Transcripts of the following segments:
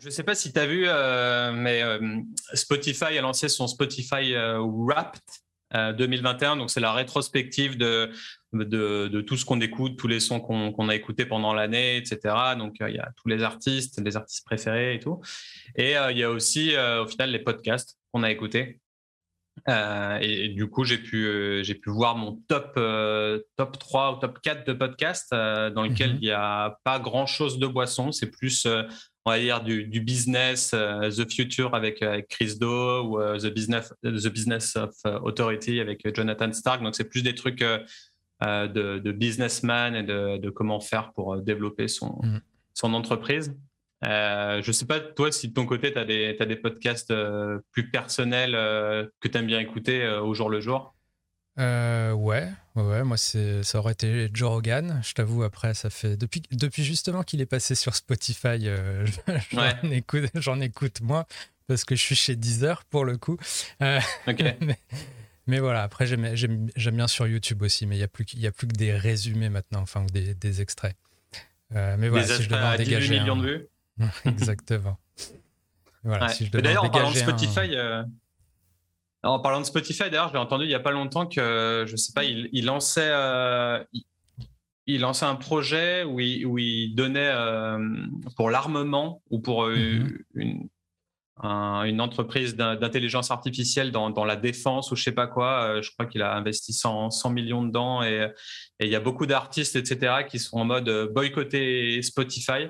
Je ne sais pas si tu as vu, mais Spotify a lancé son Spotify Wrapped 2021. Donc, c'est la rétrospective de tout ce qu'on écoute, tous les sons qu'on a écoutés pendant l'année, etc. Donc, il y a tous les artistes préférés et tout. Et il y a aussi, au final, les podcasts qu'on a écoutés. Et du coup, j'ai pu voir mon top 3 ou top 4 de podcasts dans lequel Mhm. il n'y a pas grand-chose de boisson. C'est plus, on va dire, du business, The Future avec Chris Do ou The Business of Authority avec Jonathan Stark. Donc, c'est plus des trucs de businessman et de comment faire pour développer Mhm. son entreprise. Je ne sais pas, toi, si de ton côté, tu as des podcasts plus personnels que tu aimes bien écouter au jour le jour. Ouais, moi ça aurait été Joe Rogan. Je t'avoue, après, ça fait depuis justement qu'il est passé sur Spotify, Ouais, j'en écoute moins parce que je suis chez Deezer pour le coup. Euh, ok. mais, mais voilà, après j'aime bien sur YouTube aussi, mais il y a plus que des résumés maintenant, enfin ou des extraits. Mais voilà, Des si je extraits devais en à 18 dégager millions de un, vues. exactement. Voilà, Ouais. si je Mais devais en d'ailleurs, dégager un. en parlant de Spotify, d'ailleurs, j'ai entendu il n'y a pas longtemps que, je sais pas, il lançait un projet où il donnait pour l'armement ou pour Mhm. une entreprise d'intelligence artificielle dans la défense ou je sais pas quoi. Je crois qu'il a investi 100 millions dedans et il y a beaucoup d'artistes, etc., qui sont en mode boycotter Spotify.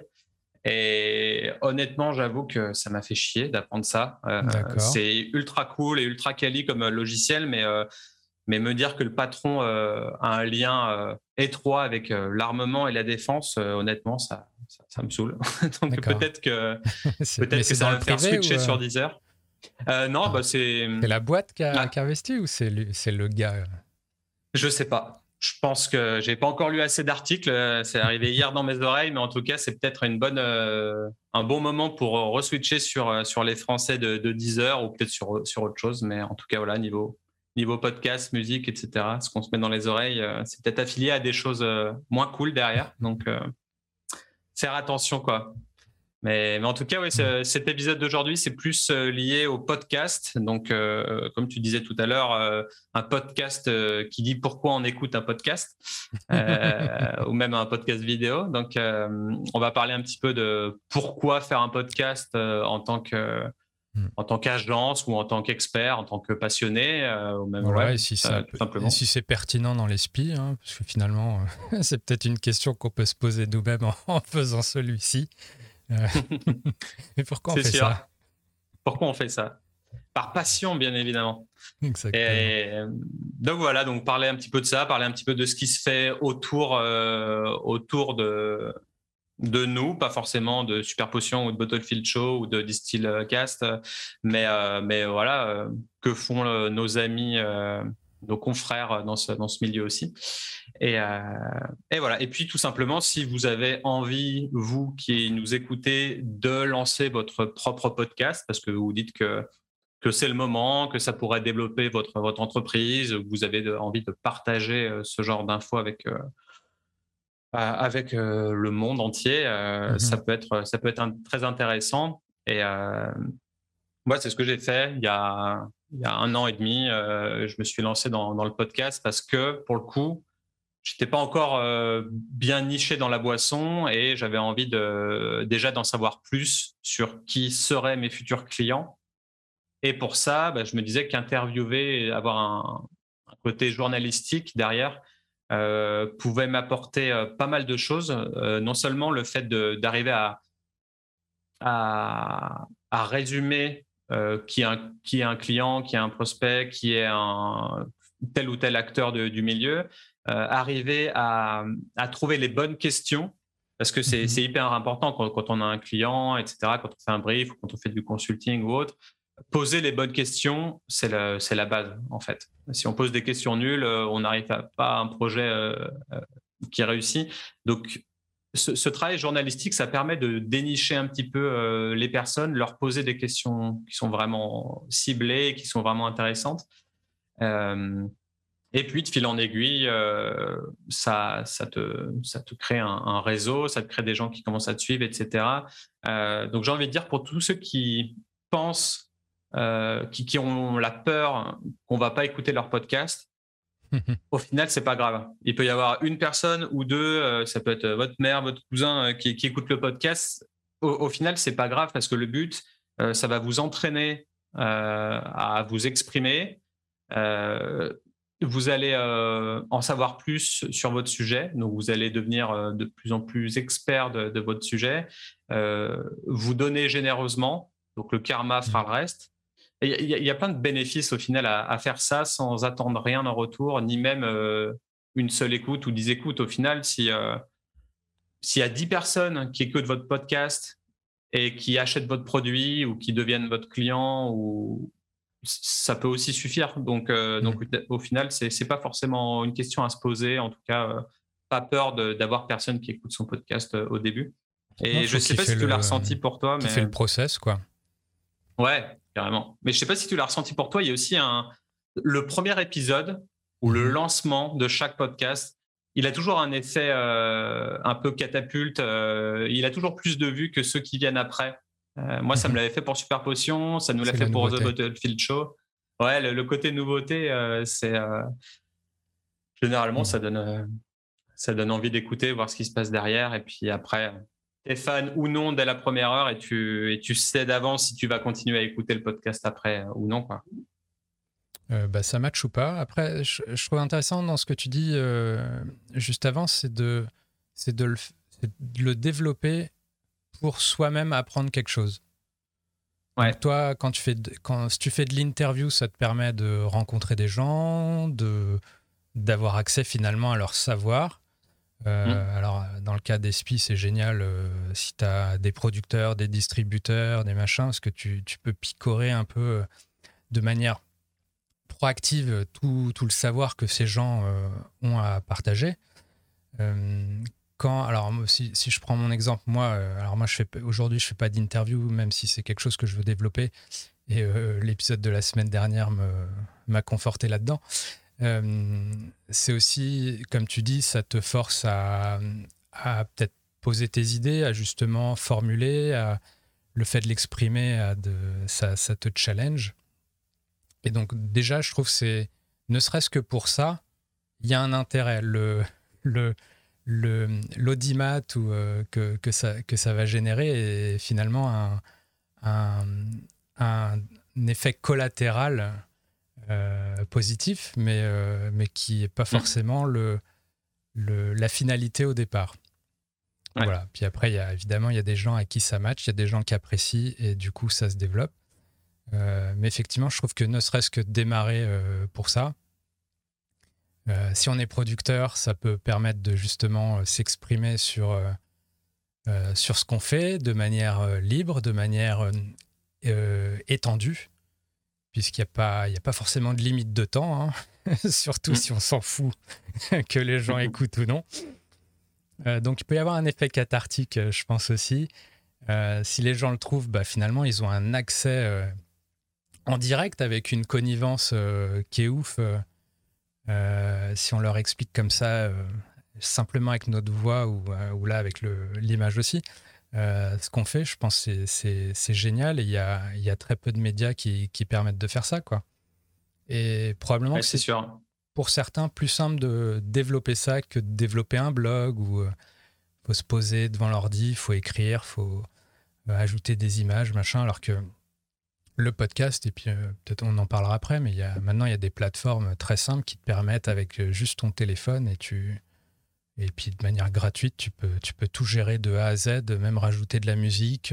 Et honnêtement, j'avoue que ça m'a fait chier d'apprendre ça. D'accord. C'est ultra cool et ultra quali comme logiciel, mais me dire que le patron a un lien étroit avec l'armement et la défense, honnêtement, ça me saoule. Donc D'accord. Mais peut-être que c'est ça dans va le me faire privé ou switcher sur Deezer. Non, enfin, bah c'est. c'est la boîte qui Ah, a investi ou c'est le gars je sais pas. Je pense que j'ai pas encore lu assez d'articles. C'est arrivé hier dans mes oreilles, mais en tout cas, c'est peut-être un bon moment pour reswitcher sur les Français de Deezer ou peut-être sur autre chose. Mais en tout cas, voilà, niveau podcast, musique, etc. Ce qu'on se met dans les oreilles, c'est peut-être affilié à des choses moins cool derrière. Donc, faire attention, quoi. Mais en tout cas, oui, Hmm. cet épisode d'aujourd'hui, c'est plus lié au podcast. Donc, comme tu disais tout à l'heure, un podcast qui dit pourquoi on écoute un podcast ou même un podcast vidéo. Donc, on va parler un petit peu de pourquoi faire un podcast Hmm. en tant qu'agence ou en tant qu'expert, en tant que passionné, ou même, ouais, Voilà, et si tout simplement. si c'est pertinent dans les SPI, hein, parce que finalement, c'est peut-être une question qu'on peut se poser nous-mêmes en faisant celui-ci. Euh, mais pourquoi on C'est fait ça? sûr. Pourquoi on fait ça? Par passion, bien évidemment. Exactement. Et donc voilà, donc parler un petit peu de ça, parler un petit peu de ce qui se fait autour de nous, pas forcément de Super Potion ou de Bottlefield Show ou de Distill Cast, mais voilà, que font nos amis, nos confrères dans ce milieu aussi. Et, euh, et voilà. Et puis tout simplement, si vous avez envie, vous qui nous écoutez, de lancer votre propre podcast, parce que vous dites que c'est le moment, que ça pourrait développer votre entreprise, que vous avez envie de partager ce genre d'infos avec le monde entier, Mhm. ça peut être très intéressant. Et moi, c'est ce que j'ai fait il y a un an et demi. Je me suis lancé dans le podcast parce que, pour le coup, j'étais pas encore bien niché dans la boisson et j'avais envie déjà d'en savoir plus sur qui seraient mes futurs clients. Et pour ça, bah, je me disais qu'interviewer, avoir un côté journalistique derrière, pouvait m'apporter pas mal de choses. Non seulement le fait d'arriver à résumer qui est un client, qui est un prospect, qui est un tel ou tel acteur du milieu, arriver à trouver les bonnes questions, parce que Mhm. c'est hyper important quand on a un client, etc., quand on fait un brief ou quand on fait du consulting ou autre. Poser les bonnes questions, c'est la base, en fait. Si on pose des questions nulles, on n'arrive pas à un projet qui réussit. Donc, ce travail journalistique, ça permet de dénicher un petit peu les personnes, leur poser des questions qui sont vraiment ciblées, qui sont vraiment intéressantes. Euh, Et puis, de fil en aiguille, ça te crée un réseau, ça te crée des gens qui commencent à te suivre, etc. Donc, j'ai envie de dire pour tous ceux qui pensent, qui ont la peur qu'on ne va pas écouter leur podcast, au final, c'est pas grave. Il peut y avoir une personne ou deux, ça peut être votre mère, votre cousin qui écoute le podcast. Au final, c'est pas grave parce que le but, ça va vous entraîner à vous exprimer. Euh, Vous allez en savoir plus sur votre sujet, donc vous allez devenir de plus en plus expert de votre sujet. Vous donnez généreusement, donc le karma fera le reste. Et il y a plein de bénéfices au final à faire ça sans attendre rien en retour, ni même une seule écoute ou 10 écoutes. Au final, s'il y a 10 personnes qui écoutent votre podcast et qui achètent votre produit ou qui deviennent votre client, ou ça peut aussi suffire. Donc au final, c'est pas forcément une question à se poser. En tout cas, pas peur d'avoir personne qui écoute son podcast au début. Non, Et je sais pas si tu l'as ressenti pour toi, qui mais fait le process, quoi. Ouais, carrément. Mais je sais pas si tu l'as ressenti pour toi. Il y a aussi le premier épisode ou le lancement de chaque podcast. Il a toujours un effet un peu catapulte. Il a toujours plus de vues que ceux qui viennent après. Moi, ça me l'avait fait pour Super Potion. Ça nous l'a C'est fait la pour The nouveauté. Battlefield Show. Ouais, le côté nouveauté, c'est généralement ça donne envie d'écouter, voir ce qui se passe derrière. Et puis après, t'es fan ou non dès la première heure et tu sais d'avance si tu vas continuer à écouter le podcast après ou non, quoi. Ça match ou pas. Après, je trouve intéressant dans ce que tu dis juste avant, c'est de le développer pour soi-même apprendre quelque chose. Ouais. Donc toi, si tu fais de l'interview, ça te permet de rencontrer des gens, d'avoir accès finalement à leur savoir. Alors, dans le cas des SPI, c'est génial si tu as des producteurs, des distributeurs, des machins, parce que tu peux picorer un peu de manière proactive tout le savoir que ces gens ont à partager. Alors, si je prends mon exemple, moi aujourd'hui, je fais pas d'interview, même si c'est quelque chose que je veux développer. Et l'épisode de la semaine dernière m'a conforté là-dedans. C'est aussi, comme tu dis, ça te force à peut-être poser tes idées, à justement formuler, le fait de l'exprimer, ça te challenge. Et donc déjà, je trouve que ne serait-ce que pour ça, il y a un intérêt. L'audimat que ça va générer est finalement un effet collatéral positif, mais qui n'est pas forcément la finalité au départ. Ouais. Voilà. Puis après, évidemment, il y a des gens à qui ça match, il y a des gens qui apprécient et du coup, ça se développe. Mais effectivement, je trouve que ne serait-ce que démarrer pour ça, si on est producteur, ça peut permettre de justement s'exprimer sur ce qu'on fait de manière libre, de manière étendue, puisqu'il n'y a pas forcément de limite de temps, hein, surtout si on s'en fout que les gens écoutent ou non. Donc il peut y avoir un effet cathartique, je pense aussi. Si les gens le trouvent, finalement, ils ont un accès en direct avec une connivence qui est ouf. Si on leur explique comme ça, simplement avec notre voix ou là avec l'image aussi, ce qu'on fait, je pense que c'est génial et il y a très peu de médias qui permettent de faire ça, quoi. Et probablement que c'est sûr. Pour certains plus simple de développer ça que de développer un blog où faut se poser devant l'ordi, il faut écrire, il faut ajouter des images, machin, alors que le podcast, et puis peut-être on en parlera après, mais maintenant il y a des plateformes très simples qui te permettent avec juste ton téléphone et puis de manière gratuite, tu peux tout gérer de A à Z, même rajouter de la musique,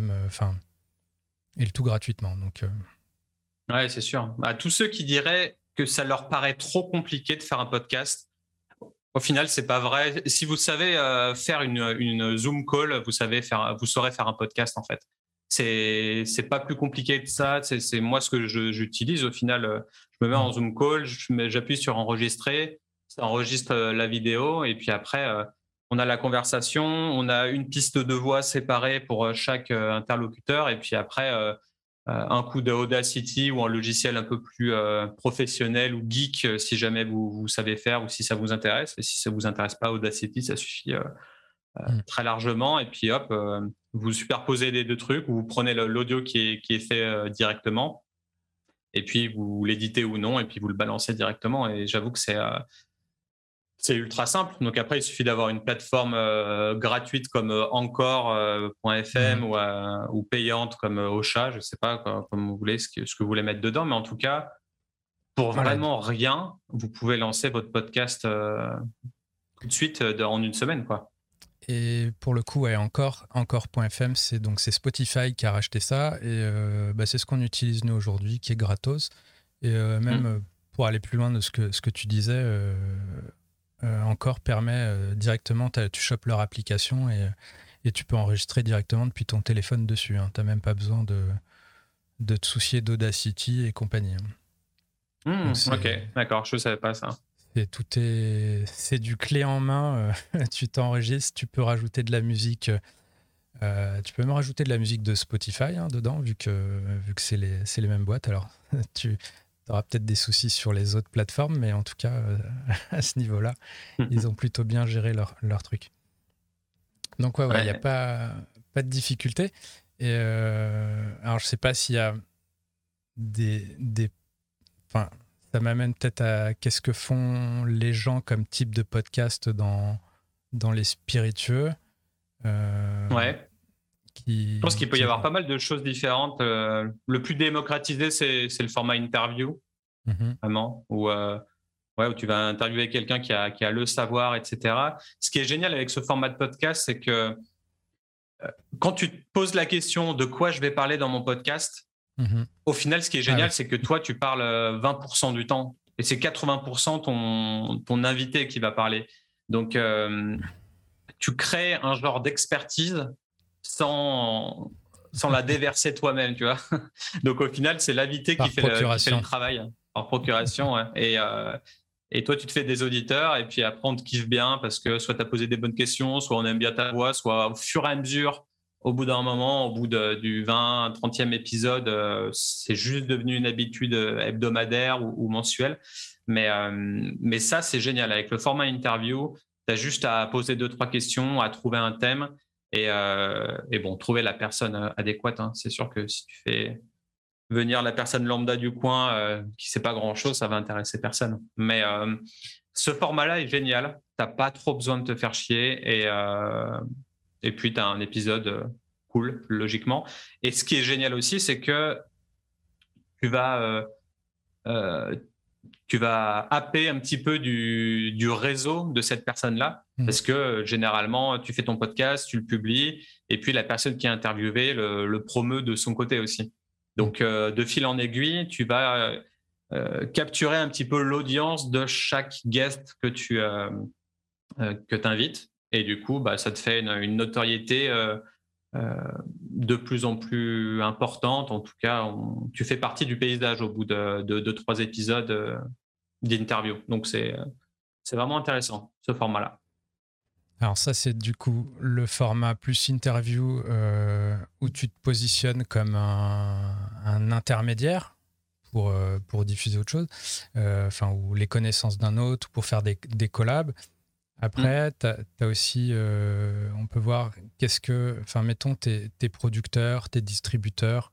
et le tout gratuitement. Donc, Ouais, c'est sûr. Tous ceux qui diraient que ça leur paraît trop compliqué de faire un podcast, au final, c'est pas vrai. Si vous savez faire une Zoom call, vous saurez faire un podcast en fait. C'est pas plus compliqué que ça. C'est moi ce que j'utilise au final. Je me mets en Zoom call, j'appuie sur enregistrer, ça enregistre la vidéo et puis après on a la conversation, on a une piste de voix séparée pour chaque interlocuteur et puis après un coup de Audacity ou un logiciel un peu plus professionnel ou geek si jamais vous savez faire ou si ça vous intéresse. Et si ça vous intéresse pas, Audacity, ça suffit très largement. Et puis hop, vous superposez les deux trucs, ou vous prenez l'audio qui est fait directement, et puis vous l'éditez ou non, et puis vous le balancez directement. Et j'avoue que c'est ultra simple. Donc après, il suffit d'avoir une plateforme gratuite comme Encore.fm ou payante comme Ocha, je ne sais pas comme vous voulez, ce que vous voulez mettre dedans. Mais en tout cas, pour vraiment rien, vous pouvez lancer votre podcast tout de suite en une semaine, quoi. Et pour le coup, Encore.fm, c'est Spotify qui a racheté ça. Et c'est ce qu'on utilise nous aujourd'hui, qui est gratos. Et même pour aller plus loin de ce que tu disais, Encore permet directement, tu chopes leur application et tu peux enregistrer directement depuis ton téléphone dessus. Tu n'as même pas besoin de te soucier d'Audacity et compagnie. Ok, d'accord, je ne savais pas ça. C'est du clé en main. Tu t'enregistres, tu peux rajouter de la musique. Tu peux même rajouter de la musique de Spotify dedans, vu que c'est les mêmes boîtes. Alors, tu auras peut-être des soucis sur les autres plateformes, mais en tout cas, à ce niveau-là, ils ont plutôt bien géré leur truc. Donc, il n'y a pas de difficulté. Et alors, je ne sais pas s'il y a Enfin, ça m'amène peut-être à qu'est-ce que font les gens comme type de podcast dans les spiritueux. Je pense qu'il peut y avoir pas mal de choses différentes. Le plus démocratisé, c'est le format interview, vraiment, où tu vas interviewer quelqu'un qui a le savoir, etc. Ce qui est génial avec ce format de podcast, c'est que quand tu te poses la question de quoi je vais parler dans mon podcast, au final, ce qui est génial, c'est que toi, tu parles 20% du temps et c'est 80% ton invité qui va parler. Donc, tu crées un genre d'expertise sans la déverser toi-même, tu vois. Donc, au final, c'est l'invité qui fait le travail par procuration. Ouais. Et toi, tu te fais des auditeurs et puis après, on te kiffe bien parce que soit tu as posé des bonnes questions, soit on aime bien ta voix, soit au fur et à mesure, au bout d'un moment, au bout du 20, 30e épisode, c'est juste devenu une habitude hebdomadaire ou mensuelle. Mais ça, c'est génial. Avec le format interview, tu as juste à poser 2-3 questions, à trouver un thème et trouver la personne adéquate. C'est sûr que si tu fais venir la personne lambda du coin qui ne sait pas grand-chose, ça va intéresser personne. Mais ce format-là est génial. Tu n'as pas trop besoin de te faire chier et puis, tu as un épisode cool, logiquement. Et ce qui est génial aussi, c'est que tu vas happer un petit peu du réseau de cette personne-là. Parce que généralement, tu fais ton podcast, tu le publies, et puis la personne qui est interviewée le promeut de son côté aussi. Donc, de fil en aiguille, tu vas capturer un petit peu l'audience de chaque guest que tu invites. Et du coup, ça te fait une notoriété de plus en plus importante. En tout cas, tu fais partie du paysage au bout de 2-3 épisodes d'interview. Donc, c'est vraiment intéressant, ce format-là. Alors ça, c'est du coup le format plus interview où tu te positionnes comme un intermédiaire pour diffuser autre chose, ou les connaissances d'un autre, pour faire des collabs. Après, tu as aussi, on peut voir mettons tes producteurs, tes distributeurs,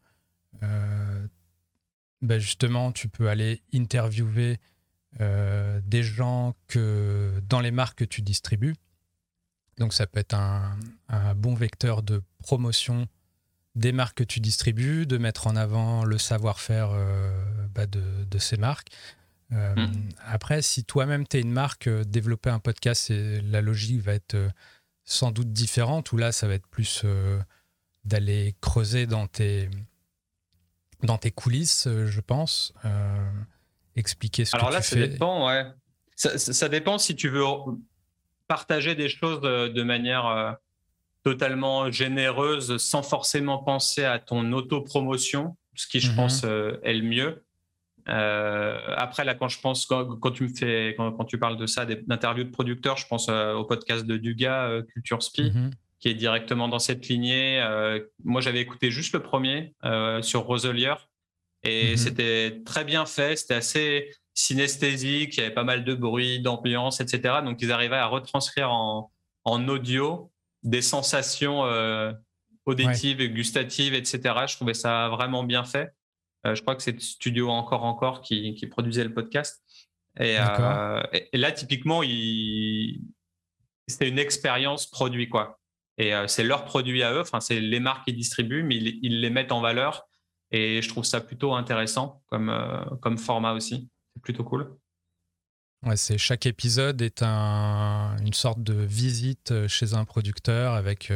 justement, tu peux aller interviewer des gens dans les marques que tu distribues. Donc, ça peut être un bon vecteur de promotion des marques que tu distribues, de mettre en avant le savoir-faire de ces marques. Après, si toi-même tu es une marque, développer un podcast, la logique va être sans doute différente, où là, ça va être plus d'aller creuser dans tes coulisses, je pense, expliquer ce que tu fais. Alors là, ça dépend, ouais. Ça dépend si tu veux partager des choses de manière totalement généreuse, sans forcément penser à ton autopromotion, ce qui, je pense, est le mieux. Après, là, quand tu parles de ça, d'interviews de producteurs, je pense au podcast de Duga, Culture Spi, qui est directement dans cette lignée. Moi, j'avais écouté juste le premier sur Roselier et c'était très bien fait. C'était assez synesthésique. Il y avait pas mal de bruit, d'ambiance, etc. Donc, ils arrivaient à retranscrire en audio des sensations auditives et gustatives, etc. Je trouvais ça vraiment bien fait. Je crois que c'est Studio Encore qui produisait le podcast. Et là, typiquement, c'était une expérience produit, quoi. Et c'est leur produit à eux, enfin, c'est les marques qui distribuent, mais ils les mettent en valeur. Et je trouve ça plutôt intéressant comme format aussi. C'est plutôt cool. Ouais, chaque épisode est une sorte de visite chez un producteur avec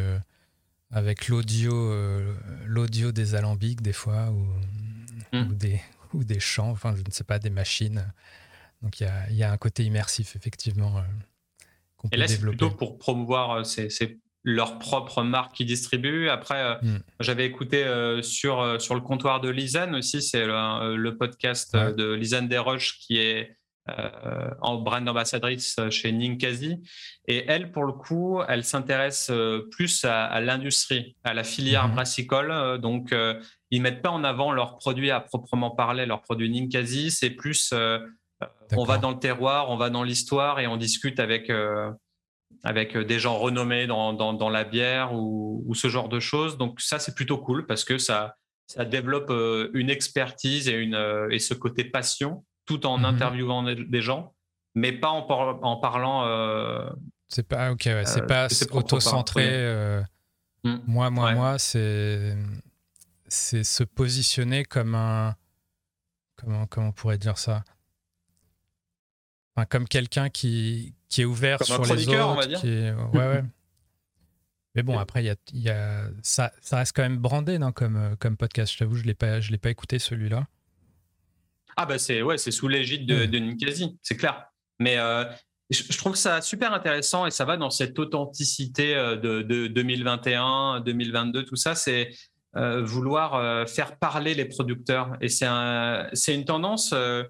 l'audio des alambics des fois ou des chants, enfin je ne sais pas, des machines. Donc il y a un côté immersif effectivement qu'on peut développer. Et là c'est plutôt pour promouvoir c'est leur propre marque qui distribue. Après, j'avais écouté sur le comptoir de Lisanne aussi, c'est le podcast de Lisanne Desroches qui est en brand ambassadrice chez Ninkasi. Et elle, pour le coup, elle s'intéresse plus à l'industrie, à la filière brassicole. Donc, ils mettent pas en avant leurs produits à proprement parler, leurs produits Ninkasi. C'est plus, on va dans le terroir, on va dans l'histoire et on discute avec des gens renommés dans la bière ou ce genre de choses. Donc, ça, c'est plutôt cool parce que ça développe une expertise et ce côté passion, tout en interviewant des gens, mais pas en parlant. C'est pas c'est pas auto-centré. Moi, c'est se positionner comme un. Comment on pourrait dire ça? Enfin, comme quelqu'un qui est ouvert comme sur les autres. On va dire. Ouais. Mais bon, après, ça reste quand même brandé non, comme podcast. Je t'avoue, je l'ai pas écouté celui-là. Ah bah c'est sous l'égide de Ninkasi, c'est clair. Mais je trouve ça super intéressant et ça va dans cette authenticité de 2021, 2022, tout ça, c'est vouloir faire parler les producteurs. Et c'est une tendance.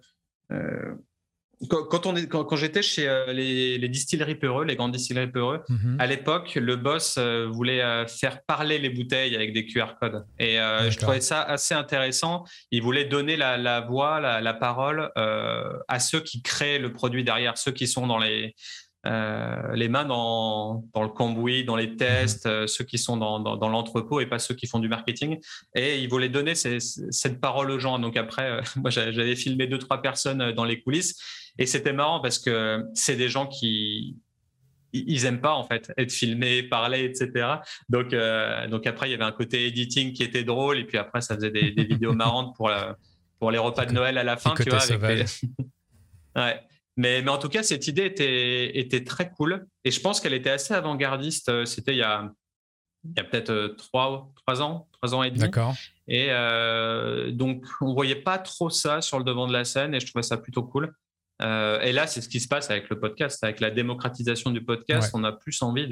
Quand j'étais chez les distilleries Peureux, les grandes distilleries Peureux, à l'époque, le boss voulait faire parler les bouteilles avec des QR codes. Et je trouvais ça assez intéressant. Il voulait donner la voix, la parole à ceux qui créent le produit derrière, ceux qui sont dans les mains dans le cambouis, dans les tests, ceux qui sont dans l'entrepôt et pas ceux qui font du marketing. Et il voulait donner cette parole aux gens. Donc après, moi, j'avais filmé 2-3 personnes dans les coulisses. Et c'était marrant parce que c'est des gens qui ils aiment pas en fait être filmés, parler, etc. Donc après il y avait un côté editing qui était drôle et puis après ça faisait des vidéos marrantes pour les repas de Noël à la fin, tu vois. Ouais. Mais en tout cas cette idée était très cool et je pense qu'elle était assez avant-gardiste. C'était il y a peut-être 3 ans et demi. D'accord. Et donc on voyait pas trop ça sur le devant de la scène et je trouvais ça plutôt cool. Et là, c'est ce qui se passe avec le podcast, avec la démocratisation du podcast. On a plus envie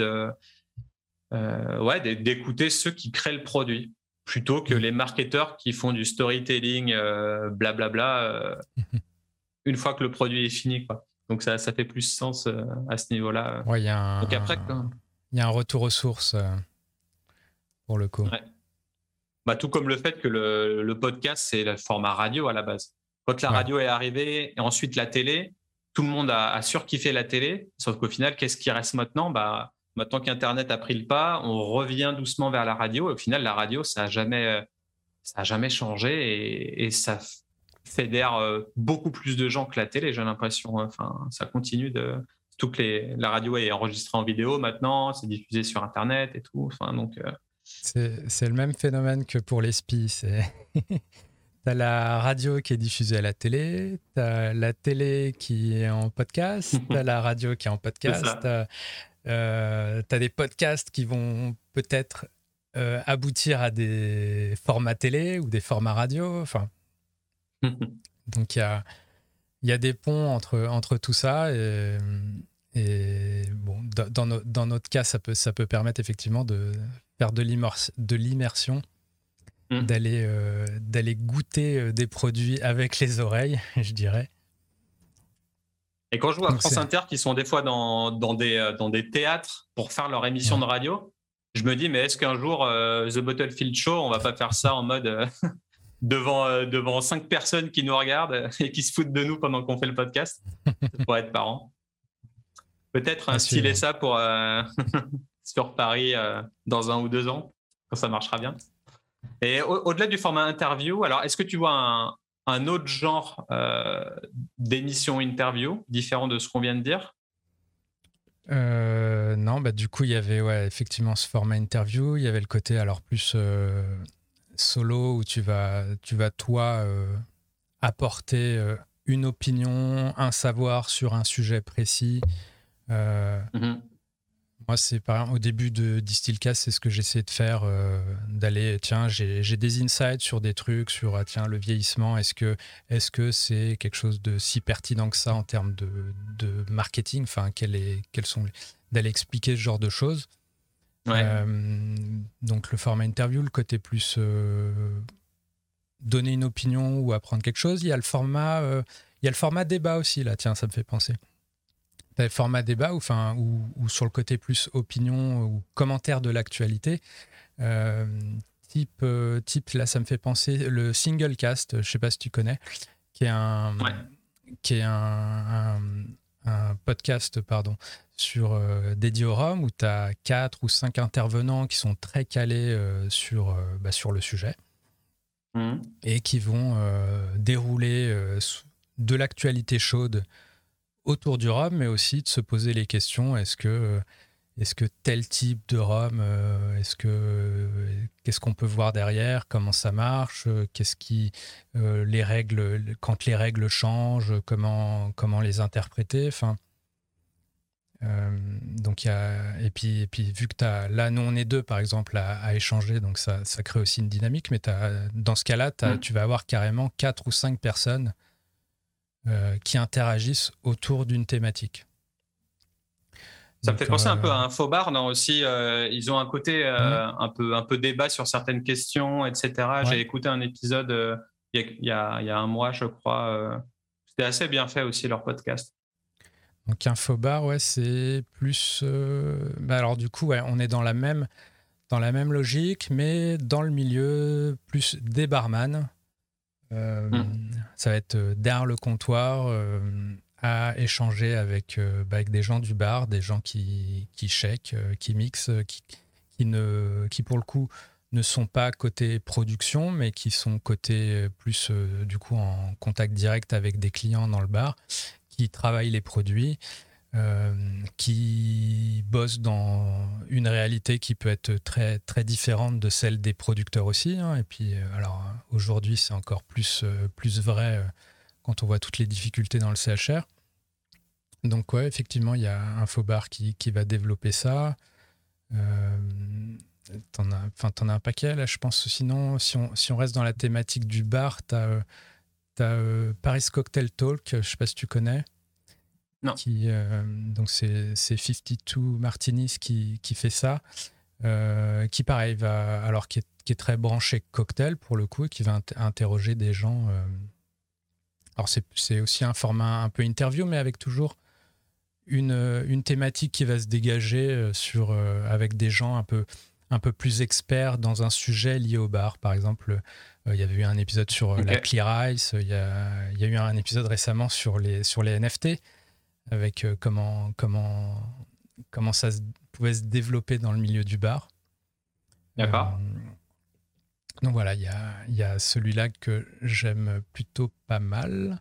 d'écouter ceux qui créent le produit plutôt que les marketeurs qui font du storytelling, blablabla, une fois que le produit est fini, quoi. Donc ça fait plus sens à ce niveau-là. Ouais, il y a un retour aux sources pour le coup. Ouais. Bah, tout comme le fait que le podcast, c'est le format radio à la base. Quand la radio est arrivée et ensuite la télé, tout le monde a surkiffé la télé. Sauf qu'au final, qu'est-ce qui reste maintenant ? Bah, maintenant qu'Internet a pris le pas, on revient doucement vers la radio. Et au final, la radio, ça a jamais changé et ça fédère beaucoup plus de gens que la télé, j'ai l'impression. Enfin, ça continue la radio est enregistrée en vidéo maintenant, c'est diffusé sur Internet et tout. Enfin, donc. C'est le même phénomène que pour les SPI. T'as la radio qui est diffusée à la télé, t'as la télé qui est en podcast, t'as la radio qui est en podcast, t'as des podcasts qui vont peut-être aboutir à des formats télé ou des formats radio. Enfin, donc il y a des ponts entre tout ça et bon, dans notre cas, ça peut permettre effectivement de faire de l'immersion. D'aller goûter des produits avec les oreilles, je dirais. Et quand je vois France Inter qui sont des fois dans des théâtres pour faire leur émission de radio, je me dis, mais est-ce qu'un jour, The Bottlefield Show, on va pas faire ça en mode devant 5 personnes qui nous regardent et qui se foutent de nous pendant qu'on fait le podcast? Ça pourrait être marrant. Peut-être instiller ça pour sur Paris dans 1 ou 2 ans, quand ça marchera bien. Et au-delà du format interview, alors est-ce que tu vois un autre genre d'émission interview différent de ce qu'on vient de dire? Non, du coup, il y avait effectivement ce format interview. Il y avait le côté alors plus solo où tu vas toi apporter une opinion, un savoir sur un sujet précis. Moi, c'est par exemple, au début de Distillcast, c'est ce que j'essaie de faire, d'aller, tiens, j'ai des insights sur des trucs, sur le vieillissement, est-ce que c'est quelque chose de si pertinent que ça en termes de marketing, enfin, d'aller expliquer ce genre de choses. Ouais. Donc le format interview, le côté plus donner une opinion ou apprendre quelque chose. Il y a le format débat aussi, là, tiens, ça me fait penser. T'as le format débat ou sur le côté plus opinion ou commentaire de l'actualité. Type, là, ça me fait penser le single cast, je sais pas si tu connais, qui est un podcast dédié au rhum où tu as 4 ou 5 intervenants qui sont très calés sur le sujet et qui vont dérouler de l'actualité chaude autour du rhum, mais aussi de se poser les questions, est-ce que tel type de rhum, qu'est-ce qu'on peut voir derrière, comment ça marche, les règles, quand les règles changent, comment les interpréter, enfin. Donc et puis vu que là nous on est 2 par exemple à échanger, donc ça crée aussi une dynamique, mais dans ce cas-là tu vas avoir carrément 4 ou 5 personnes qui interagissent autour d'une thématique. Ça me fait penser un peu à Infobar, non aussi. Ils ont un côté un peu débat sur certaines questions, etc. Ouais. J'ai écouté un épisode il y a 1 mois, je crois. C'était assez bien fait aussi leur podcast. Donc Infobar, c'est plus. Alors du coup, on est dans la même logique, mais dans le milieu plus des barman. Ça va être derrière le comptoir à échanger avec des gens du bar, des gens qui shake, qui mixent, qui pour le coup ne sont pas côté production, mais qui sont côté plus du coup en contact direct avec des clients dans le bar, qui travaillent les produits, qui bossent dans une réalité qui peut être très, très différente de celle des producteurs aussi. Et puis, aujourd'hui, c'est encore plus vrai quand on voit toutes les difficultés dans le CHR. Donc, effectivement, il y a Infobar qui va développer ça. T'en as un paquet, là, je pense. Sinon, si on reste dans la thématique du bar, t'as Paris Cocktail Talk, je ne sais pas si tu connais. Non. Donc c'est 52 Martinis qui fait ça, qui pareil qui est très branché cocktail pour le coup, et qui va interroger des gens. Alors c'est aussi un format un peu interview, mais avec toujours une thématique qui va se dégager avec des gens un peu plus experts dans un sujet lié au bar. Par exemple, il y avait eu un épisode sur la Clear Ice, il y a eu un épisode récemment sur les NFT, avec comment ça pouvait se développer dans le milieu du bar. D'accord. Donc voilà, il y a celui-là que j'aime plutôt pas mal.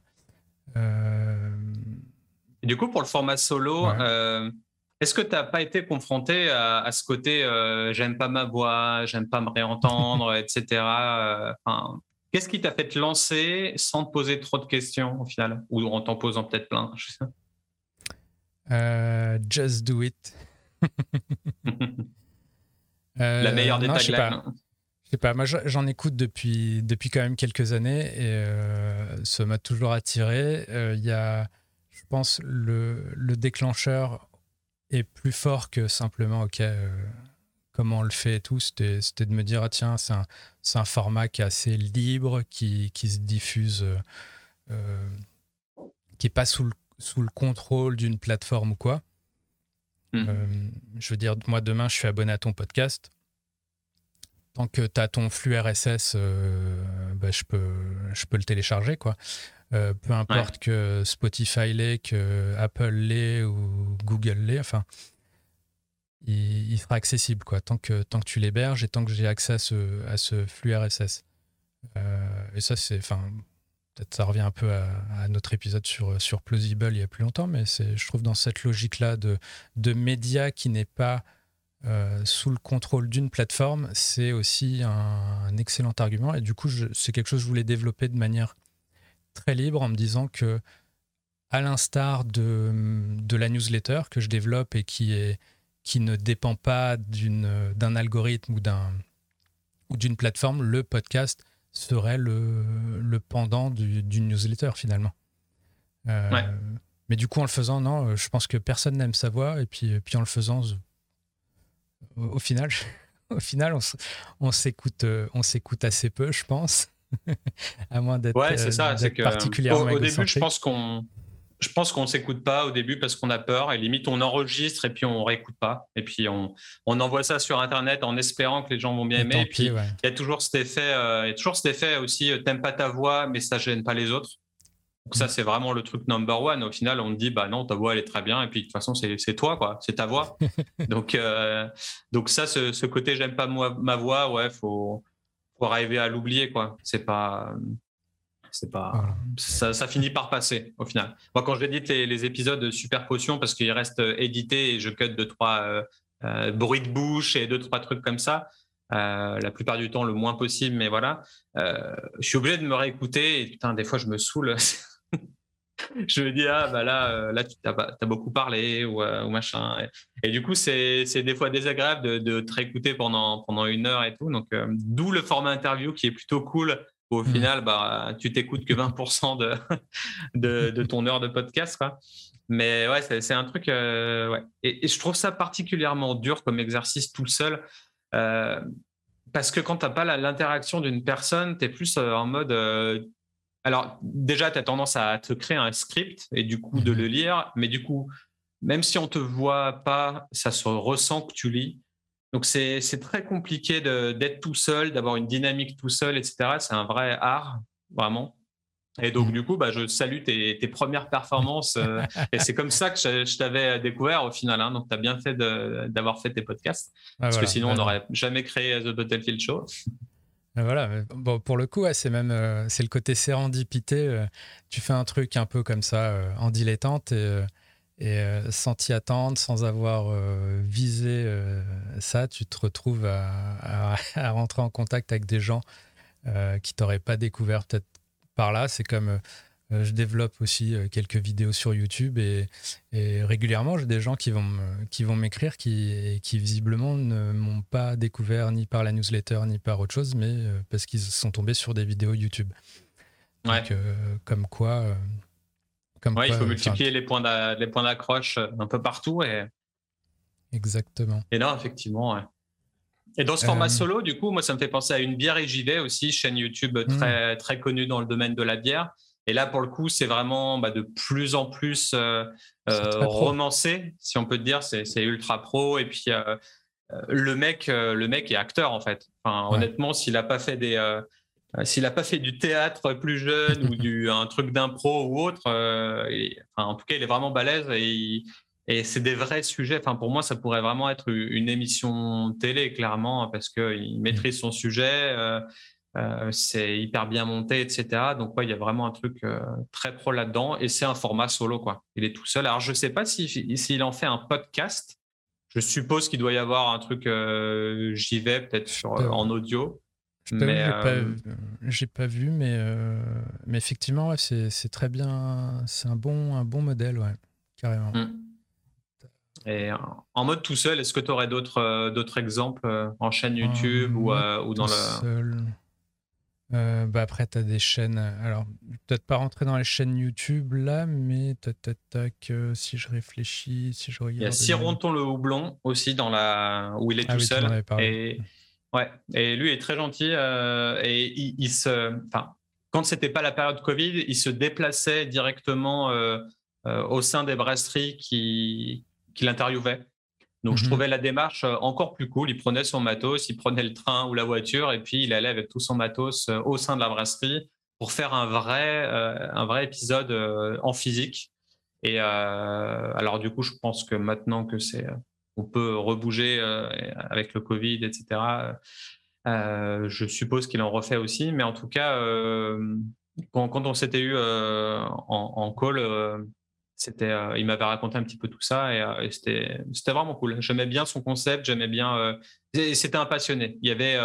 Et du coup, pour le format solo, est-ce que tu n'as pas été confronté à ce côté j'aime pas ma voix, j'aime pas me réentendre, etc. Qu'est-ce qui t'a fait te lancer sans te poser trop de questions au final, ou en t'en posant peut-être plein, je sais. Just do it. La meilleure des taglines. Je sais pas, moi j'en écoute depuis quand même quelques années et ça m'a toujours attiré. Il y a, je pense, le déclencheur est plus fort que simplement comment on le fait et tout. C'était de me dire tiens, c'est un format qui est assez libre, qui se diffuse, qui est pas sous le contrôle d'une plateforme ou quoi. Je veux dire, moi, demain, je suis abonné à ton podcast. Tant que tu as ton flux RSS, je peux le télécharger, quoi. Peu importe que Spotify l'ait, que Apple l'ait ou Google l'ait, enfin, il sera accessible, quoi, tant que tu l'héberges et tant que j'ai accès à ce flux RSS. Et ça, peut-être ça revient un peu à notre épisode sur Plausible il y a plus longtemps, mais je trouve dans cette logique-là de média qui n'est pas sous le contrôle d'une plateforme, c'est aussi un excellent argument. Et du coup, c'est quelque chose que je voulais développer de manière très libre en me disant que, à l'instar de la newsletter que je développe et qui ne dépend pas d'un algorithme ou d'une plateforme, le podcast serait le pendant d'une newsletter finalement. Mais du coup, en le faisant, non, je pense que personne n'aime sa voix. Et puis en le faisant, au final, on s'écoute assez peu, je pense. À moins d'être, c'est ça, c'est que particulièrement au début, égocentrique. je pense qu'on s'écoute pas au début parce qu'on a peur et limite on enregistre et puis on réécoute pas et puis on envoie ça sur internet en espérant que les gens vont bien aimer. Et puis il y a toujours cet effet aussi, t'aimes pas ta voix mais ça gêne pas les autres. Donc ça, c'est vraiment le truc number one. Au final, on te dit, bah non, ta voix, elle est très bien. Et puis, de toute façon, c'est toi, quoi. C'est ta voix. Donc ça, ce côté, j'aime pas ma voix, ouais, faut arriver à l'oublier, quoi. Voilà. Ça finit par passer, au final. Moi, quand j'édite les épisodes de Super Potion, parce qu'ils restent édités et je cut 2-3 bruits de bouche et 2-3 trucs comme ça, la plupart du temps, le moins possible, mais voilà. Je suis obligé de me réécouter et putain, des fois, je me saoule. Je me dis, là tu as beaucoup parlé ou machin. Et du coup, c'est des fois désagréable de te réécouter pendant 1 heure et tout. Donc, d'où le format interview qui est plutôt cool. Au final, tu t'écoutes que 20% de ton heure de podcast, quoi. Mais ouais, c'est un truc. Ouais. Et je trouve ça particulièrement dur comme exercice tout seul. Parce que quand tu n'as pas l'interaction d'une personne, tu es plus en mode. Alors, déjà, tu as tendance à te créer un script et du coup de le lire, mais du coup, même si on ne te voit pas, ça se ressent que tu lis. Donc, c'est très compliqué d'être tout seul, d'avoir une dynamique tout seul, etc. C'est un vrai art, vraiment. Et donc, du coup, je salue tes premières performances. Et c'est comme ça que je t'avais découvert au final. Hein. Donc, tu as bien fait d'avoir fait tes podcasts. Parce que sinon, on n'aurait jamais créé The Battlefield Show. Voilà, bon, pour le coup, c'est le côté sérendipité. Tu fais un truc un peu comme ça, en dilettante, et sans t'y attendre, sans avoir visé ça, tu te retrouves à rentrer en contact avec des gens qui t'auraient pas découvert peut-être par là. C'est comme je développe aussi quelques vidéos sur YouTube et régulièrement j'ai des gens qui vont m'écrire qui visiblement ne m'ont pas découvert ni par la newsletter ni par autre chose, mais parce qu'ils sont tombés sur des vidéos YouTube. Donc, comme quoi il faut multiplier les points d'accroche un peu partout. Exactement. Et non, effectivement, ouais. Et dans ce format solo, du coup, moi, ça me fait penser à Une bière et j'y vais aussi, chaîne YouTube très, très connue dans le domaine de la bière. Et là, pour le coup, c'est vraiment de plus en plus romancé, si on peut te dire. C'est ultra pro. Et puis, le mec est acteur, en fait. Enfin, honnêtement, s'il n'a pas fait du théâtre plus jeune ou un truc d'impro ou autre, en tout cas, il est vraiment balèze et c'est des vrais sujets. Enfin, pour moi, ça pourrait vraiment être une émission télé, clairement, parce qu'il maîtrise son sujet, c'est hyper bien monté, etc. Donc, il y a vraiment un truc très pro là-dedans. Et c'est un format solo, quoi. Il est tout seul. Alors, je ne sais pas s'il en fait un podcast. Je suppose qu'il doit y avoir un truc, j'y vais peut-être en audio. J'ai pas vu, mais effectivement, c'est très bien. C'est un bon modèle, ouais, carrément. Et en mode tout seul, est-ce que tu aurais d'autres exemples en chaîne YouTube ou dans le... après, tu as des chaînes. Alors, peut-être pas rentrer dans les chaînes YouTube là, mais si je réfléchis, si je regarde. Il y a Sironton le Houblon aussi où il est tout seul. Et lui est très gentil. Et quand c'était pas la période Covid, il se déplaçait directement au sein des brasseries qui l'interviewait. Donc, je trouvais la démarche encore plus cool. Il prenait son matos, il prenait le train ou la voiture et puis il allait avec tout son matos au sein de la brasserie pour faire un vrai épisode en physique. Et alors, du coup, je pense que maintenant que on peut rebouger avec le Covid, etc., je suppose qu'il en refait aussi. Mais en tout cas, quand on s'était eu en call, il m'avait raconté un petit peu tout ça et c'était vraiment cool. J'aimais bien son concept, j'aimais bien. Et c'était un passionné. Il y avait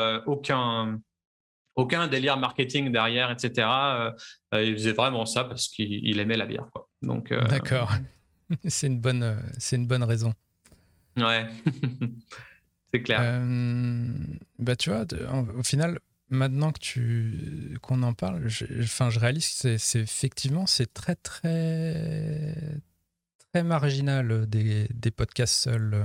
aucun délire marketing derrière, etc. Il faisait vraiment ça parce qu'il aimait la bière, quoi. Donc, D'accord. C'est une bonne raison. Ouais, c'est clair. Bah tu vois, au final, maintenant qu'on en parle, je réalise que c'est effectivement c'est très très très marginal des podcasts seuls.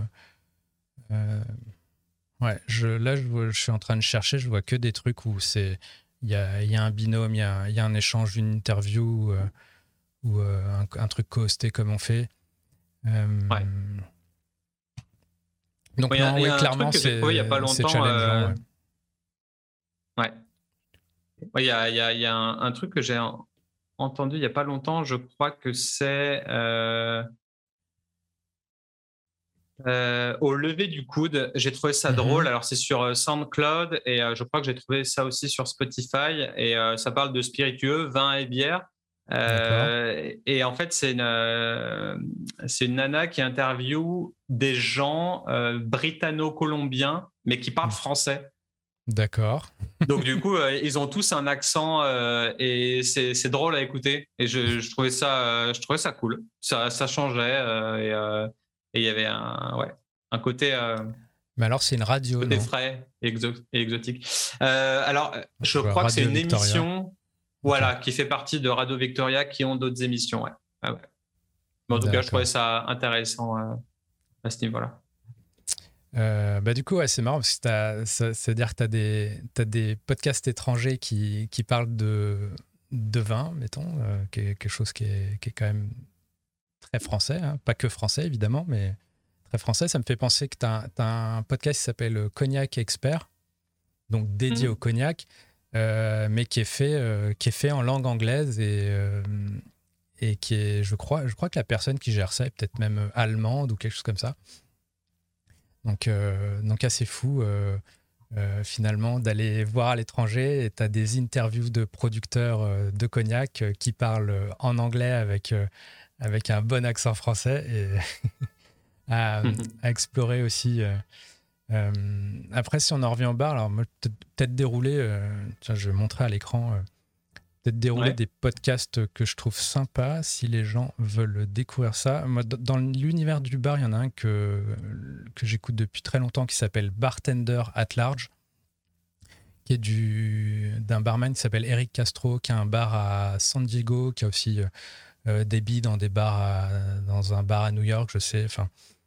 Ouais, je suis en train de chercher, je vois que des trucs où il y a un binôme, il y a un échange, une interview ou un truc co-hosté comme on fait. Ouais. Donc Il y a clairement, un truc que j'ai trouvé il y a pas c'est longtemps. challengeant. Ouais. Il y a un truc que j'ai entendu il y a pas longtemps. Je crois que c'est au lever du coude. J'ai trouvé ça drôle. Alors c'est sur SoundCloud et je crois que j'ai trouvé ça aussi sur Spotify. Et ça parle de spiritueux, vin et bière. Et en fait, c'est une nana qui interviewe des gens britanno-colombiens, mais qui parlent français. D'accord. Donc du coup, ils ont tous un accent et c'est drôle à écouter. Et je trouvais ça cool. Ça changeait et il y avait un côté. Mais alors, c'est une radio, côté non? Frais et exotique. Alors, je crois que Radio c'est une Victoria. émission, voilà, qui fait partie de Radio Victoria, qui ont d'autres émissions, ouais. Ah ouais. Mais en tout cas, je trouvais ça intéressant à ce niveau-là. Bah du coup, ouais, c'est marrant parce que c'est-à-dire que t'as des podcasts étrangers qui parlent de vin, mettons, quelque chose qui est quand même très français, hein. Pas que français évidemment, mais très français. Ça me fait penser que t'as un podcast qui s'appelle Cognac Expert, donc dédié au cognac, mais qui est fait en langue anglaise et qui est, je crois que la personne qui gère ça est peut-être même allemande ou quelque chose comme ça. Donc assez fou finalement d'aller voir à l'étranger et tu as des interviews de producteurs de cognac qui parlent en anglais avec un bon accent français et à explorer aussi. Après, si on en revient au bar, alors moi, peut-être dérouler, tiens, je vais montrer à l'écran, peut-être dérouler des podcasts que je trouve sympas si les gens veulent découvrir ça. Moi, dans l'univers du bar, il y en a un que j'écoute depuis très longtemps qui s'appelle Bartender at Large, qui est d'un barman qui s'appelle Eric Castro, qui a un bar à San Diego, qui a aussi des billes dans dans un bar à New York, je sais, enfin,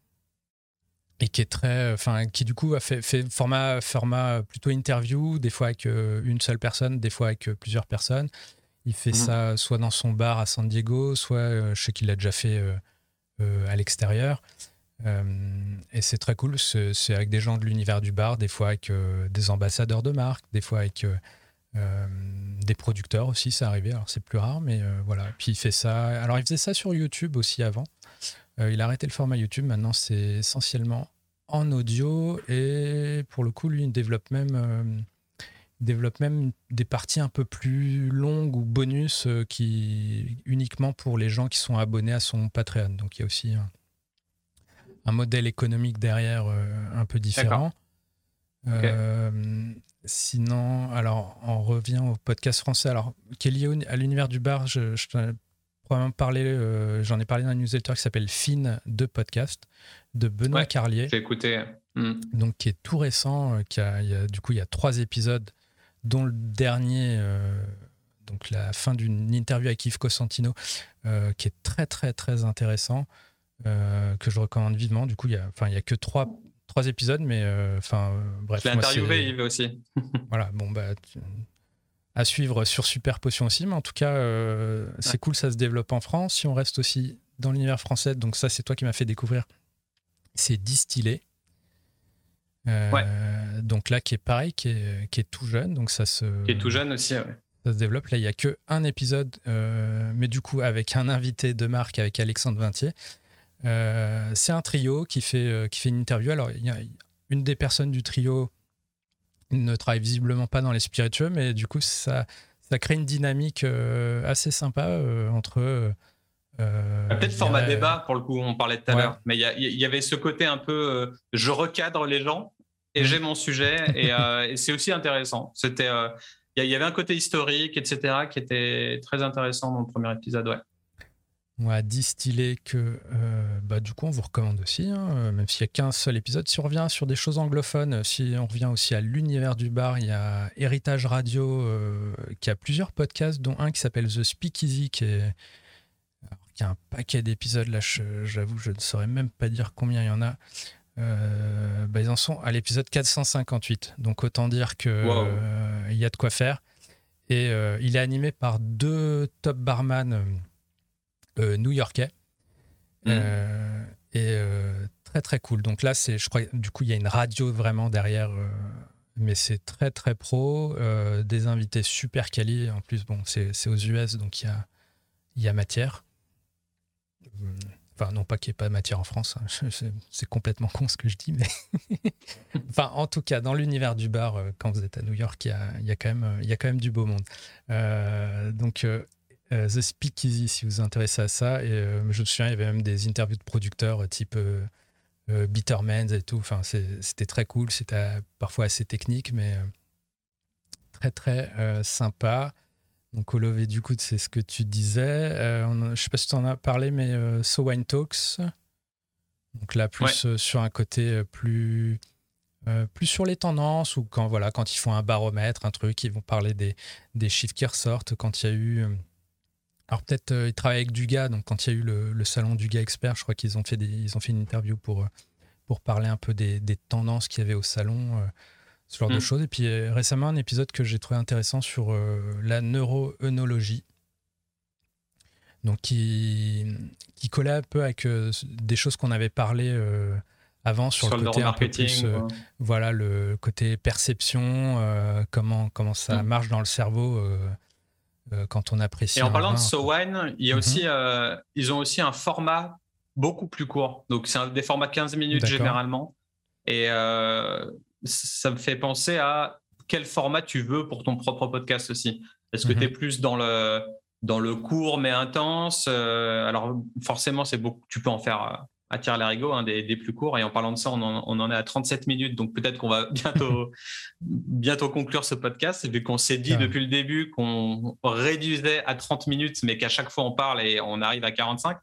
et qui est qui du coup a fait format plutôt interview, des fois avec une seule personne, des fois avec plusieurs personnes. Il fait ça soit dans son bar à San Diego, soit je sais qu'il l'a déjà fait à l'extérieur. Et c'est très cool. C'est avec des gens de l'univers du bar, des fois avec des ambassadeurs de marque, des fois avec des producteurs aussi, ça arrivait. Alors c'est plus rare, mais voilà. Puis il fait ça. Alors il faisait ça sur YouTube aussi avant. Il a arrêté le format YouTube. Maintenant, c'est essentiellement en audio. Et pour le coup, lui, il développe même des parties un peu plus longues ou bonus uniquement pour les gens qui sont abonnés à son Patreon. Donc, il y a aussi un modèle économique derrière un peu différent. Sinon, alors, on revient au podcast français. Alors, qui est lié à l'univers du bar, j'en ai parlé dans une newsletter qui s'appelle Fine de podcast de Benoît Carlier. J'ai écouté. Donc, qui est tout récent. Il y a 3 épisodes, dont le dernier, donc la fin d'une interview avec Yves Cosentino, qui est très, très, très intéressant, que je recommande vivement. Du coup, il y a que 3 épisodes, mais bref. Je l'ai interviewé, Yves aussi. Voilà, bon, à suivre sur Super Potion aussi, mais en tout cas, c'est cool, ça se développe en France. Si on reste aussi dans l'univers français, donc ça, c'est toi qui m'as fait découvrir. c'est Distillé. Ouais. Donc là, qui est pareil, qui est tout jeune. Donc Qui est tout jeune aussi, ouais. Ça se développe. Là, il n'y a qu'un épisode, mais du coup, avec un invité de marque, avec Alexandre Vintier. C'est un trio qui fait une interview. Alors, il y a une des personnes du trio ne travaille visiblement pas dans les spiritueux, mais du coup, ça crée une dynamique assez sympa entre... Peut-être format débat, pour le coup, on parlait tout à l'heure. Mais il y avait ce côté un peu je recadre les gens et j'ai mon sujet. Et c'est aussi intéressant. C'était, il y avait un côté historique, etc., qui était très intéressant dans le premier épisode. Ouais. On va distiller que du coup on vous recommande aussi, même s'il n'y a qu'un seul épisode. Si on revient sur des choses anglophones, si on revient aussi à l'univers du bar, il y a Héritage Radio qui a plusieurs podcasts, dont un qui s'appelle The Speakeasy, qui a un paquet d'épisodes. Là, j'avoue, je ne saurais même pas dire combien il y en a. Ils en sont à l'épisode 458, donc autant dire que il y a de quoi faire. Et il est animé par 2 top barman new-yorkais. Et très très cool. Donc là, je crois, du coup, il y a une radio vraiment derrière, mais c'est très très pro. Des invités super quali. En plus, bon, c'est aux US, donc il y a matière. Enfin, non pas qu'il n'y ait pas de matière en France, hein. C'est complètement con ce que je dis, mais enfin, en tout cas, dans l'univers du bar, quand vous êtes à New York, il y a quand même du beau monde. Donc The Speakeasy, si vous vous intéressez à ça. Et je me souviens, il y avait même des interviews de producteurs type Bittermans et tout. Enfin, c'était très cool. C'était parfois assez technique, mais très très sympa. Donc au lever du coude, c'est ce que tu disais. Je ne sais pas si tu en as parlé, mais So Wine Talks. Donc là, plus sur un côté plus sur les tendances, ou quand ils font un baromètre, un truc, ils vont parler des chiffres qui ressortent. Quand il y a eu... alors peut-être ils travaillent avec Duga, donc quand il y a eu le salon Duga Expert, je crois qu'ils ont fait une interview pour parler un peu des tendances qu'il y avait au salon, ce genre de choses. Et puis récemment, un épisode que j'ai trouvé intéressant sur la neuroœnologie, donc qui collait un peu avec des choses qu'on avait parlé avant sur le côté un peu plus le côté perception, comment ça marche dans le cerveau quand on apprécie. Et en parlant de So Wine, il y a aussi, ils ont aussi un format beaucoup plus court. Donc c'est des formats de 15 minutes généralement. Et ça me fait penser à quel format tu veux pour ton propre podcast aussi. Est-ce que tu es plus dans le court mais intense? Alors forcément, tu peux en faire à tire-larigot, des plus courts. Et en parlant de ça, on en est à 37 minutes. Donc peut-être qu'on va bientôt conclure ce podcast, vu qu'on s'est dit depuis le début qu'on réduisait à 30 minutes, mais qu'à chaque fois on parle et on arrive à 45.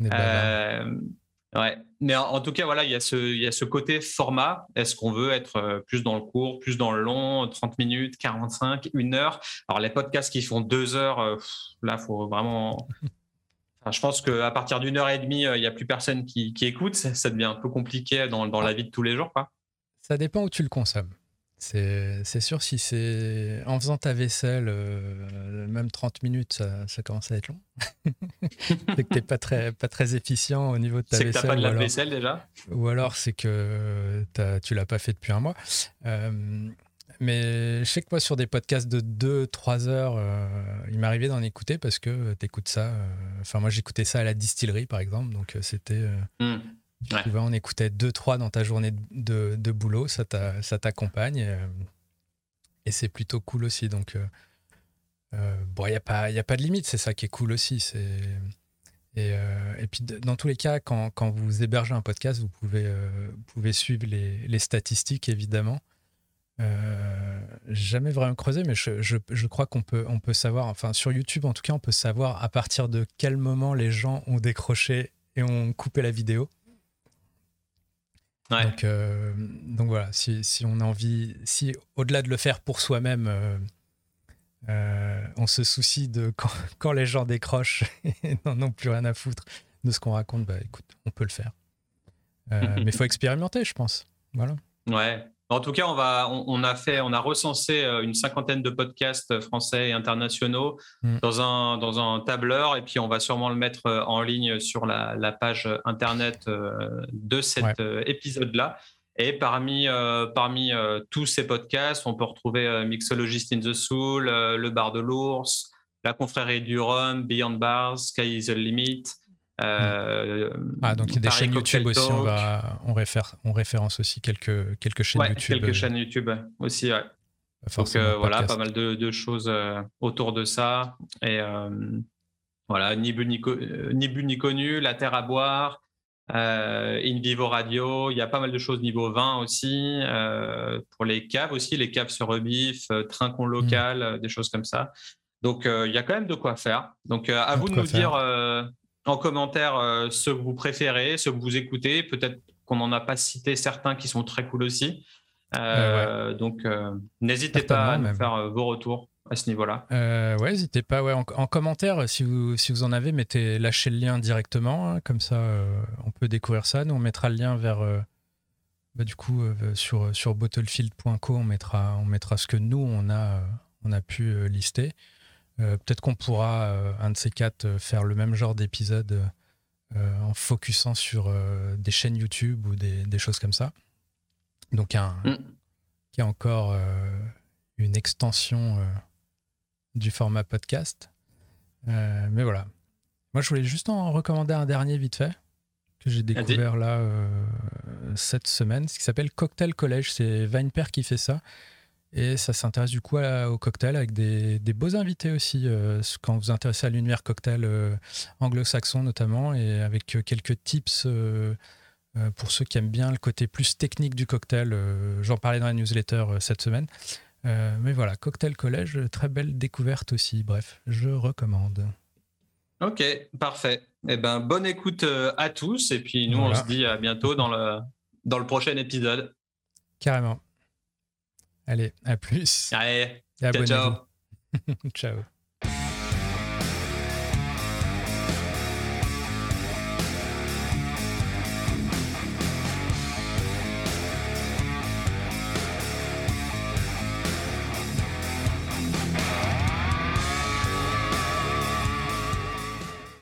Ouais, mais en tout cas, voilà, il y a ce côté format. Est-ce qu'on veut être plus dans le court, plus dans le long, 30 minutes, 45, 1 heure? Alors, les podcasts qui font 2 heures, là, il faut vraiment... Enfin, je pense qu'à partir d'1 heure et demie, il n'y a plus personne qui écoute. Ça devient un peu compliqué dans la vie de tous les jours, quoi. Ça dépend où tu le consommes. C'est sûr, si c'est en faisant ta vaisselle, même 30 minutes, ça commence à être long. C'est que tu n'es pas très efficient au niveau de ta vaisselle. C'est que tu n'as pas de lave-vaisselle déjà. Ou alors c'est que tu ne l'as pas fait depuis un mois. Mais je sais que moi, sur des podcasts de 2-3 heures, il m'arrivait d'en écouter parce que tu écoutes ça. Enfin, moi, j'écoutais ça à la distillerie, par exemple. Donc, c'était... Tu vois, on écoutait 2-3 dans ta journée de boulot, ça t'accompagne et c'est plutôt cool aussi. Donc, il n'y a pas de limite, c'est ça qui est cool aussi. Et puis, dans tous les cas, quand vous hébergez un podcast, vous pouvez suivre les statistiques, évidemment. Jamais vraiment creusé, mais je crois qu'on peut savoir, enfin, sur YouTube, en tout cas, on peut savoir à partir de quel moment les gens ont décroché et ont coupé la vidéo. Ouais. Donc voilà, si on a envie, si au-delà de le faire pour soi-même, on se soucie de quand les gens décrochent et n'en ont plus rien à foutre de ce qu'on raconte, écoute, on peut le faire. Mais il faut expérimenter, je pense. Voilà. Ouais. En tout cas, on a recensé une 50aine de podcasts français et internationaux dans un tableur, et puis on va sûrement le mettre en ligne sur la page internet de cet épisode-là. Et parmi tous ces podcasts, on peut retrouver Mixologist in the Soul, Le Bar de l'Ours, La Confrérie du Rhum, Beyond Bars, Sky is the Limit. Donc il y a des chaînes YouTube aussi, on référence aussi quelques chaînes YouTube. Quelques chaînes YouTube aussi, ouais. Donc voilà, pas mal de choses autour de ça. Et voilà, Ni bu ni connu, La Terre à boire, In Vivo Radio, il y a pas mal de choses niveau vin aussi, pour les caves aussi, les caves se rebiffent, Trinquons local, des choses comme ça. Donc il y a quand même de quoi faire. Donc à vous de nous dire en commentaire ceux que vous préférez, ceux que vous écoutez. Peut-être qu'on n'en a pas cité certains qui sont très cool aussi. Donc n'hésitez pas à nous faire vos retours à ce niveau-là. N'hésitez pas. En commentaire, si vous en avez, lâchez le lien directement. Hein, comme ça, on peut découvrir ça. Nous, on mettra le lien vers... sur bottlefield.co, on mettra ce que nous, on a pu lister. Peut-être qu'on pourra, un de ces quatre, faire le même genre d'épisode en focusant sur des chaînes YouTube ou des choses comme ça. Donc, il y a encore une extension du format podcast. Mais voilà. Moi, je voulais juste en recommander un dernier vite fait que j'ai découvert là cette semaine, ce qui s'appelle Cocktail College. C'est Vinepair qui fait ça. Et ça s'intéresse du coup au cocktail avec des beaux invités aussi, quand vous vous intéressez à l'univers cocktail anglo-saxon notamment, et avec quelques tips pour ceux qui aiment bien le côté plus technique du cocktail. J'en parlais dans la newsletter cette semaine. Mais voilà, Cocktail College, très belle découverte aussi. Bref, je recommande. Ok, parfait. Eh ben, bonne écoute à tous, et puis nous, on se dit à bientôt dans le prochain épisode. Carrément. Allez, à plus. Allez, et ciao. Ciao.